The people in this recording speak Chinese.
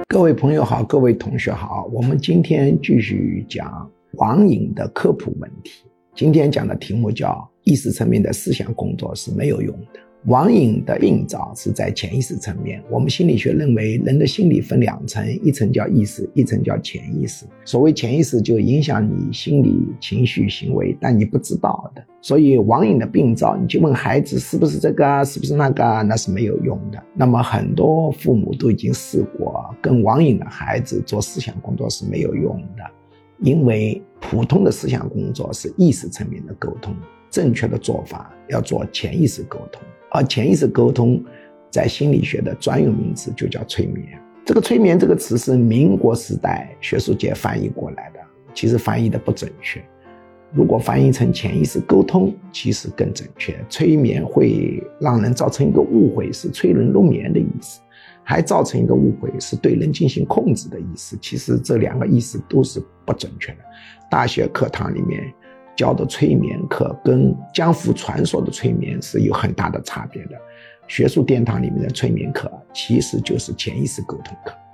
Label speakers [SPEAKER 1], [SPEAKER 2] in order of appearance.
[SPEAKER 1] 各位朋友好，各位同学好，我们今天继续讲网瘾的科普问题。今天讲的题目叫意识层面的思想工作是没有用的。网瘾的病灶是在潜意识层面，我们心理学认为人的心理分两层，一层叫意识，一层叫潜意识。所谓潜意识就影响你心理情绪行为，但你不知道的。所以网瘾的病灶，你就问孩子是不是这个是不是那个，那是没有用的。那么很多父母都已经试过跟网瘾的孩子做思想工作是没有用的，因为普通的思想工作是意识层面的沟通，正确的做法要做潜意识沟通，而潜意识沟通在心理学的专有名词就叫催眠。这个催眠这个词是民国时代学术界翻译过来的，其实翻译的不准确。如果翻译成潜意识沟通其实更准确。催眠会让人造成一个误会，是催人入眠的意思，还造成一个误会是对人进行控制的意思，其实这两个意思都是不准确的。大学课堂里面教的催眠课跟江湖传说的催眠是有很大的差别的。学术殿堂里面的催眠课其实就是潜意识沟通课。